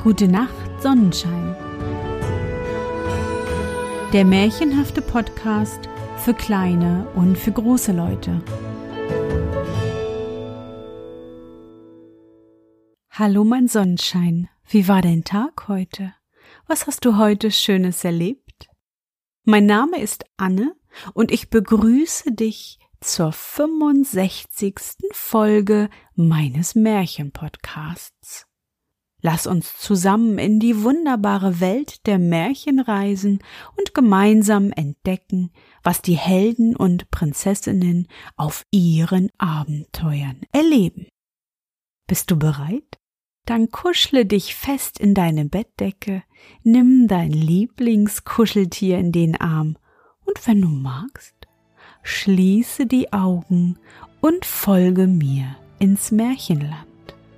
Gute Nacht, Sonnenschein. Der märchenhafte Podcast für kleine und für große Leute. Hallo mein Sonnenschein, wie war dein Tag heute? Was hast du heute Schönes erlebt? Mein Name ist Anne und ich begrüße dich zur 65. Folge meines Märchenpodcasts. Lass uns zusammen in die wunderbare Welt der Märchen reisen und gemeinsam entdecken, was die Helden und Prinzessinnen auf ihren Abenteuern erleben. Bist du bereit? Dann kuschle dich fest in deine Bettdecke, nimm dein Lieblingskuscheltier in den Arm und wenn du magst, schließe die Augen und folge mir ins Märchenland.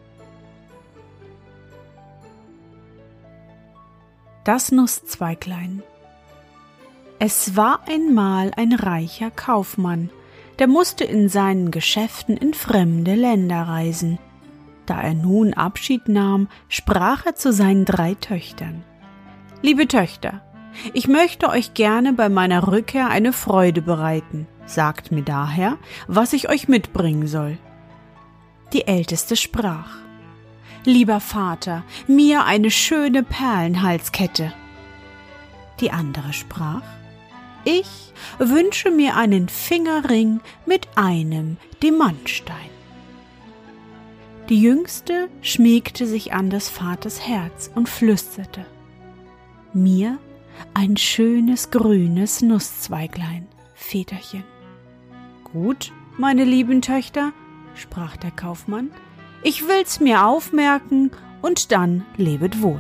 Das Nusszweiglein. Es war einmal ein reicher Kaufmann, der musste in seinen Geschäften in fremde Länder reisen. Da er nun Abschied nahm, sprach er zu seinen 3 Töchtern. »Liebe Töchter, ich möchte euch gerne bei meiner Rückkehr eine Freude bereiten. Sagt mir daher, was ich euch mitbringen soll.« Die Älteste sprach: »Lieber Vater, mir eine schöne Perlenhalskette.« Die andere sprach: »Ich wünsche mir einen Fingerring mit einem Diamantstein.« Die Jüngste schmiegte sich an des Vaters Herz und flüsterte: »Mir ein schönes grünes Nusszweiglein, Väterchen.« »Gut, meine lieben Töchter«, sprach der Kaufmann, »ich will's mir aufmerken und dann lebet wohl.«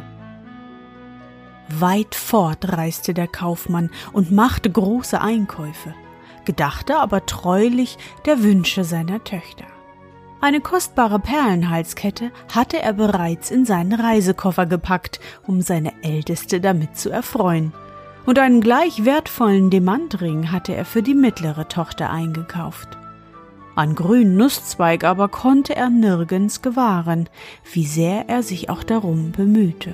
Weit fort reiste der Kaufmann und machte große Einkäufe, gedachte aber treulich der Wünsche seiner Töchter. Eine kostbare Perlenhalskette hatte er bereits in seinen Reisekoffer gepackt, um seine Älteste damit zu erfreuen, und einen gleich wertvollen Diamantring hatte er für die mittlere Tochter eingekauft. An grünen Nusszweig aber konnte er nirgends gewahren, wie sehr er sich auch darum bemühte.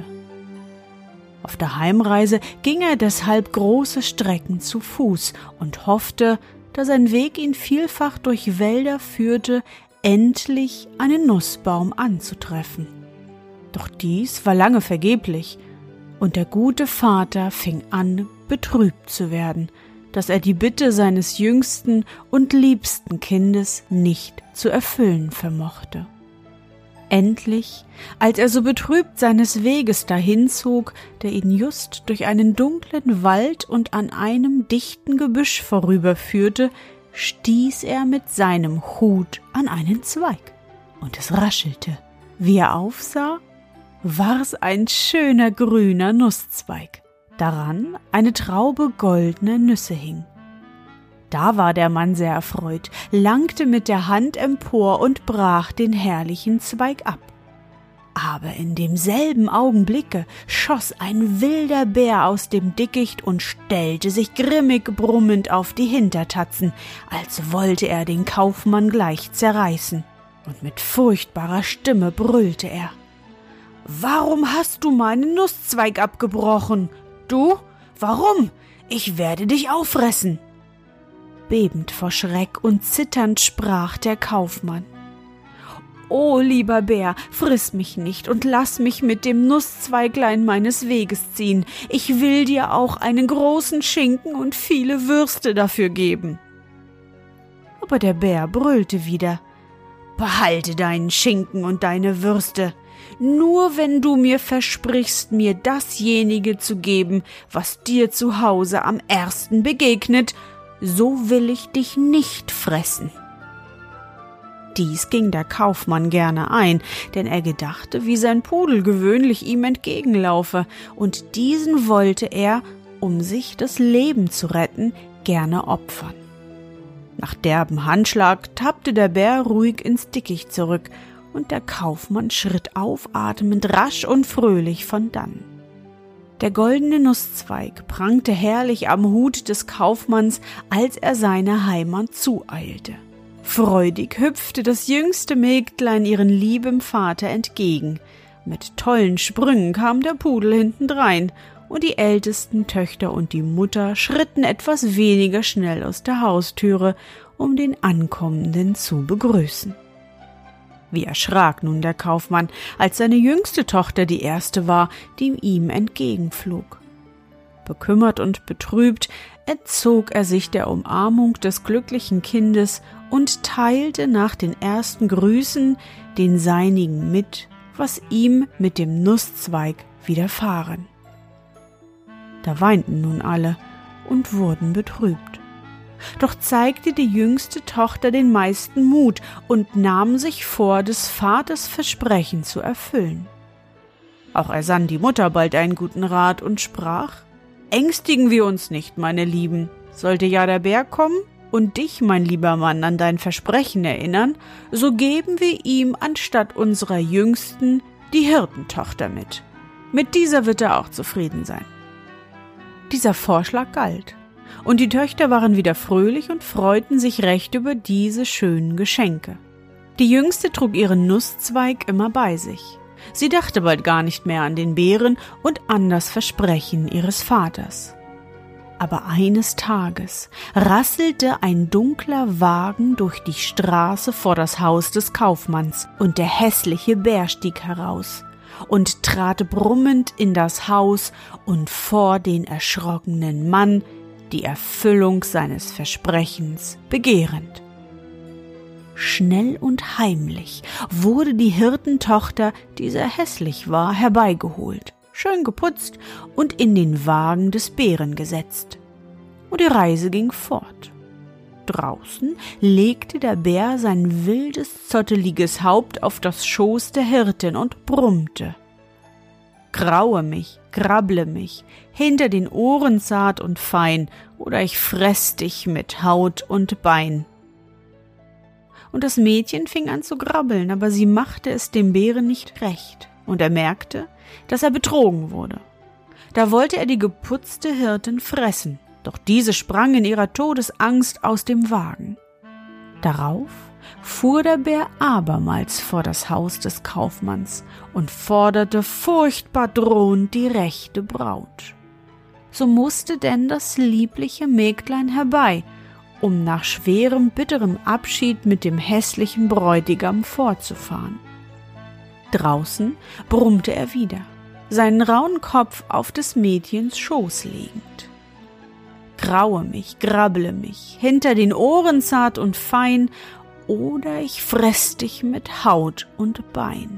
Auf der Heimreise ging er deshalb große Strecken zu Fuß und hoffte, da sein Weg ihn vielfach durch Wälder führte, endlich einen Nussbaum anzutreffen. Doch dies war lange vergeblich, und der gute Vater fing an, betrübt zu werden, dass er die Bitte seines jüngsten und liebsten Kindes nicht zu erfüllen vermochte. Endlich, als er so betrübt seines Weges dahinzog, der ihn just durch einen dunklen Wald und an einem dichten Gebüsch vorüberführte, stieß er mit seinem Hut an einen Zweig, und es raschelte. Wie er aufsah, war's ein schöner grüner Nusszweig, daran eine Traube goldener Nüsse hing. Da war der Mann sehr erfreut, langte mit der Hand empor und brach den herrlichen Zweig ab. Aber in demselben Augenblicke schoss ein wilder Bär aus dem Dickicht und stellte sich grimmig brummend auf die Hintertatzen, als wollte er den Kaufmann gleich zerreißen. Und mit furchtbarer Stimme brüllte er: »Warum hast du meinen Nusszweig abgebrochen? Du? Warum? Ich werde dich auffressen!« Bebend vor Schreck und zitternd sprach der Kaufmann: »O lieber Bär, friss mich nicht und lass mich mit dem Nusszweiglein meines Weges ziehen. Ich will dir auch einen großen Schinken und viele Würste dafür geben.« Aber der Bär brüllte wieder: »Behalte deinen Schinken und deine Würste. Nur wenn du mir versprichst, mir dasjenige zu geben, was dir zu Hause am ersten begegnet, so will ich dich nicht fressen.« Dies ging der Kaufmann gerne ein, denn er gedachte, wie sein Pudel gewöhnlich ihm entgegenlaufe, und diesen wollte er, um sich das Leben zu retten, gerne opfern. Nach derbem Handschlag tappte der Bär ruhig ins Dickicht zurück, und der Kaufmann schritt aufatmend rasch und fröhlich von dannen. Der goldene Nusszweig prangte herrlich am Hut des Kaufmanns, als er seiner Heimat zueilte. Freudig hüpfte das jüngste Mägdlein ihren lieben Vater entgegen, Mit tollen Sprüngen kam der Pudel hintendrein, und die ältesten Töchter und die Mutter schritten etwas weniger schnell aus der Haustüre, um den Ankommenden zu begrüßen. Wie erschrak nun der Kaufmann, als seine jüngste Tochter die erste war, die ihm entgegenflog. Bekümmert und betrübt entzog er sich der Umarmung des glücklichen Kindes und teilte nach den ersten Grüßen den seinigen mit, was ihm mit dem Nusszweig widerfahren. Da weinten nun alle und wurden betrübt. Doch zeigte die jüngste Tochter den meisten Mut und nahm sich vor, des Vaters Versprechen zu erfüllen. Auch ersann die Mutter bald einen guten Rat und sprach: »Ängstigen wir uns nicht, meine Lieben. Sollte ja der Bär kommen und dich, mein lieber Mann, an dein Versprechen erinnern, so geben wir ihm anstatt unserer Jüngsten die Hirtentochter mit. Mit dieser wird er auch zufrieden sein.« Dieser Vorschlag galt, und die Töchter waren wieder fröhlich und freuten sich recht über diese schönen Geschenke. Die Jüngste trug ihren Nusszweig immer bei sich. Sie dachte bald gar nicht mehr an den Bären und an das Versprechen ihres Vaters. Aber eines Tages rasselte ein dunkler Wagen durch die Straße vor das Haus des Kaufmanns, und der hässliche Bär stieg heraus und trat brummend in das Haus und vor den erschrockenen Mann, die Erfüllung seines Versprechens begehrend. Schnell und heimlich wurde die Hirtentochter, die sehr hässlich war, herbeigeholt, schön geputzt und in den Wagen des Bären gesetzt. Und die Reise ging fort. Draußen legte der Bär sein wildes, zotteliges Haupt auf das Schoß der Hirtin und brummte: »Graue mich, grabble mich, hinter den Ohren zart und fein, oder ich fress dich mit Haut und Bein.« Und das Mädchen fing an zu grabbeln, aber sie machte es dem Bären nicht recht, und er merkte, dass er betrogen wurde. Da wollte er die geputzte Hirtin fressen, doch diese sprang in ihrer Todesangst aus dem Wagen. Darauf fuhr der Bär abermals vor das Haus des Kaufmanns und forderte furchtbar drohend die rechte Braut. So musste denn das liebliche Mägdlein herbei, um nach schwerem, bitterem Abschied mit dem hässlichen Bräutigam fortzufahren. Draußen brummte er wieder, seinen rauen Kopf auf des Mädchens Schoß legend: »Graue mich, grabble mich, hinter den Ohren zart und fein, oder ich fress dich mit Haut und Bein.«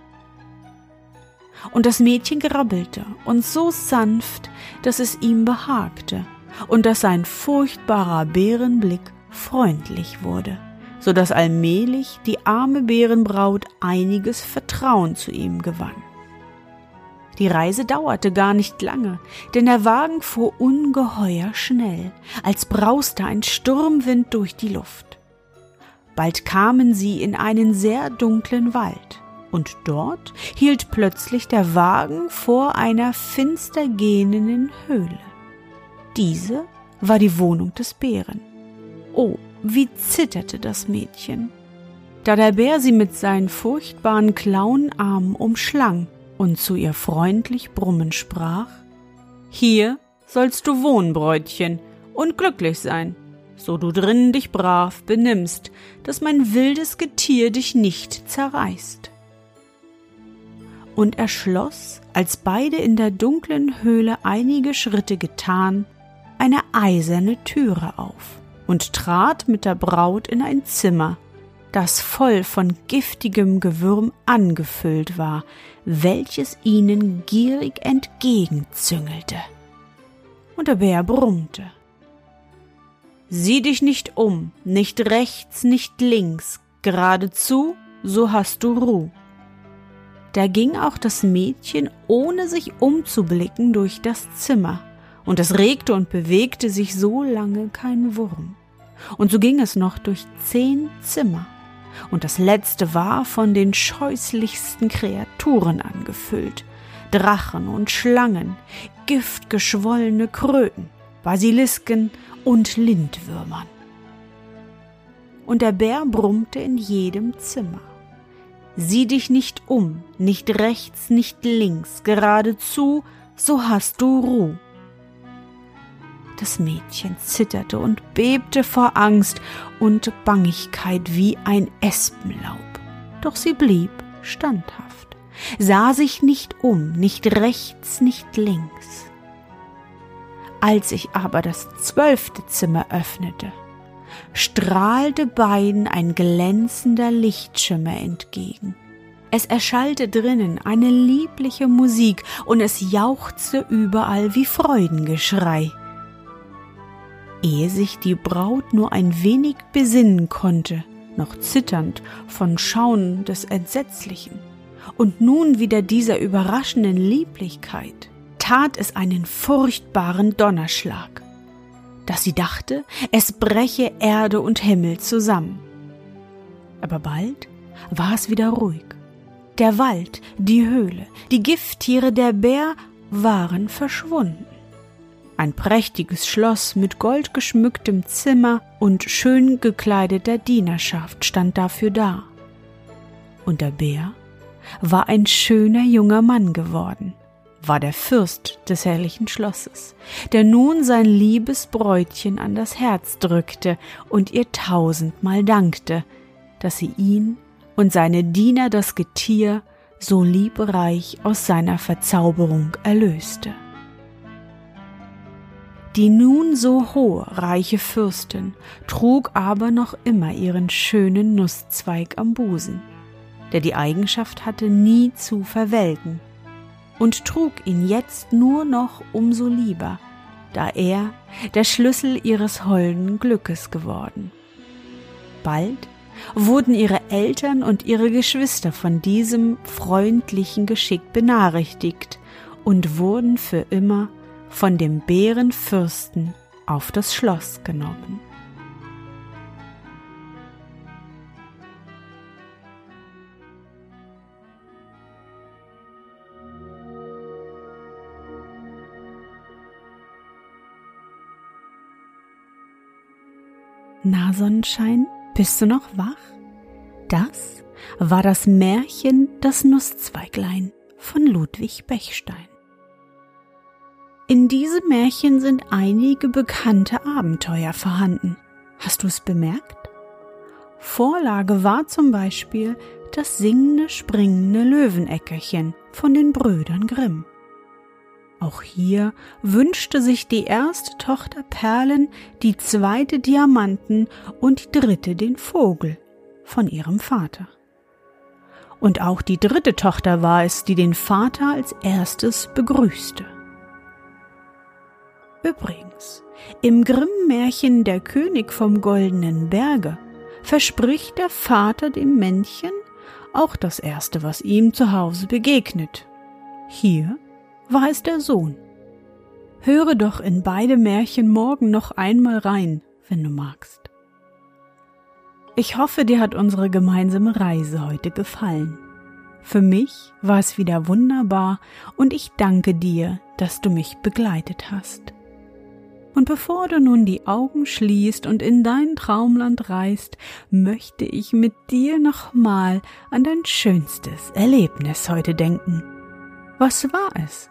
Und das Mädchen grabbelte, und so sanft, dass es ihm behagte, und dass sein furchtbarer Bärenblick freundlich wurde, so dass allmählich die arme Bärenbraut einiges Vertrauen zu ihm gewann. Die Reise dauerte gar nicht lange, denn der Wagen fuhr ungeheuer schnell, als brauste ein Sturmwind durch die Luft. Bald kamen sie in einen sehr dunklen Wald, und dort hielt plötzlich der Wagen vor einer finster gähnenden Höhle. Diese war die Wohnung des Bären. Oh, wie zitterte das Mädchen, da der Bär sie mit seinen furchtbaren Klauenarmen umschlang und zu ihr freundlich brummend sprach: »Hier sollst du wohnen, Bräutchen, und glücklich sein, so du drinnen dich brav benimmst, dass mein wildes Getier dich nicht zerreißt.« Und er schloss, als beide in der dunklen Höhle einige Schritte getan, eine eiserne Türe auf und trat mit der Braut in ein Zimmer, das voll von giftigem Gewürm angefüllt war, welches ihnen gierig entgegenzüngelte. Und der Bär brummte: »Sieh dich nicht um, nicht rechts, nicht links, geradezu, so hast du Ruh.« Da ging auch das Mädchen, ohne sich umzublicken, durch das Zimmer, und es regte und bewegte sich so lange kein Wurm. Und so ging es noch durch 10 Zimmer, und das letzte war von den scheußlichsten Kreaturen angefüllt: Drachen und Schlangen, giftgeschwollene Kröten, Basilisken und Lindwürmern. Und der Bär brummte in jedem Zimmer: Sieh dich nicht um, nicht rechts, nicht links, geradezu, so hast du Ruh. Das Mädchen zitterte und bebte vor Angst und Bangigkeit wie ein Espenlaub. Doch sie blieb standhaft, sah sich nicht um, nicht rechts, nicht links. Als ich aber das 12. Zimmer öffnete, strahlte beiden ein glänzender Lichtschimmer entgegen. Es erschallte drinnen eine liebliche Musik und es jauchzte überall wie Freudengeschrei. Ehe sich die Braut nur ein wenig besinnen konnte, noch zitternd von Schauen des Entsetzlichen, und nun wieder dieser überraschenden Lieblichkeit, tat es einen furchtbaren Donnerschlag, dass sie dachte, es breche Erde und Himmel zusammen. Aber bald war es wieder ruhig. Der Wald, die Höhle, die Gifttiere, der Bär waren verschwunden. Ein prächtiges Schloss mit goldgeschmücktem Zimmer und schön gekleideter Dienerschaft stand dafür da. Und der Bär war ein schöner junger Mann geworden, war der Fürst des herrlichen Schlosses, der nun sein liebes Bräutchen an das Herz drückte und ihr 1000-mal dankte, dass sie ihn und seine Diener das Getier so liebreich aus seiner Verzauberung erlöste. Die nun so hohe, reiche Fürstin trug aber noch immer ihren schönen Nusszweig am Busen, der die Eigenschaft hatte, nie zu verwelken, und trug ihn jetzt nur noch umso lieber, da er der Schlüssel ihres holden Glückes geworden. Bald wurden ihre Eltern und ihre Geschwister von diesem freundlichen Geschick benachrichtigt und wurden für immer von dem Bärenfürsten auf das Schloss genommen. Na, Sonnenschein, bist du noch wach? Das war das Märchen Das Nusszweiglein von Ludwig Bechstein. In diesem Märchen sind einige bekannte Abenteuer vorhanden. Hast du es bemerkt? Vorlage war zum Beispiel das singende, springende Löweneckerchen von den Brüdern Grimm. Auch hier wünschte sich die erste Tochter Perlen, die zweite Diamanten und die dritte den Vogel von ihrem Vater. Und auch die dritte Tochter war es, die den Vater als erstes begrüßte. Übrigens, im Grimm-Märchen Der König vom goldenen Berge verspricht der Vater dem Männchen auch das Erste, was ihm zu Hause begegnet. Hier war es der Sohn. Höre doch in beide Märchen morgen noch einmal rein, wenn du magst. Ich hoffe, dir hat unsere gemeinsame Reise heute gefallen. Für mich war es wieder wunderbar und ich danke dir, dass du mich begleitet hast. Und bevor du nun die Augen schließt und in dein Traumland reist, möchte ich mit dir nochmal an dein schönstes Erlebnis heute denken. Was war es?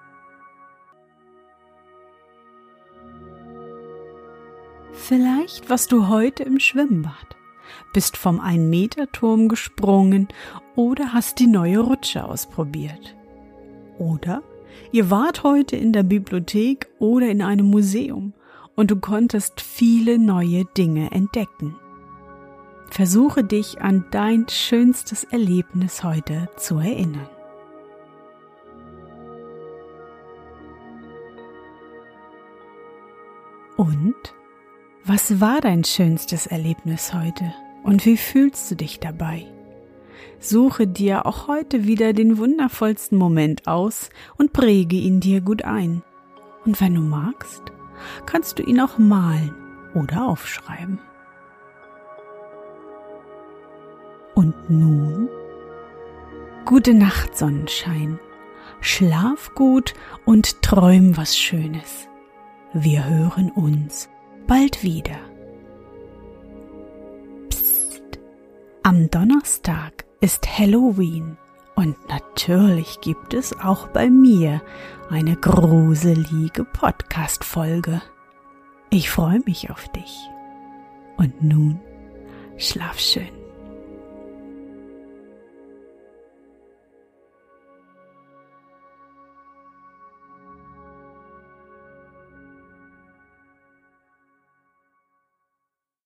Vielleicht warst du heute im Schwimmbad, bist vom 1-Meter-Turm gesprungen oder hast die neue Rutsche ausprobiert. Oder ihr wart heute in der Bibliothek oder in einem Museum und du konntest viele neue Dinge entdecken. Versuche dich an dein schönstes Erlebnis heute zu erinnern. Und? Was war dein schönstes Erlebnis heute und wie fühlst du dich dabei? Suche dir auch heute wieder den wundervollsten Moment aus und präge ihn dir gut ein. Und wenn du magst, kannst du ihn auch malen oder aufschreiben. Und nun? Gute Nacht, Sonnenschein. Schlaf gut und träum was Schönes. Wir hören uns bald wieder. Psst. Am Donnerstag ist Halloween und natürlich gibt es auch bei mir eine gruselige Podcast-Folge. Ich freue mich auf dich. Und nun, schlaf schön.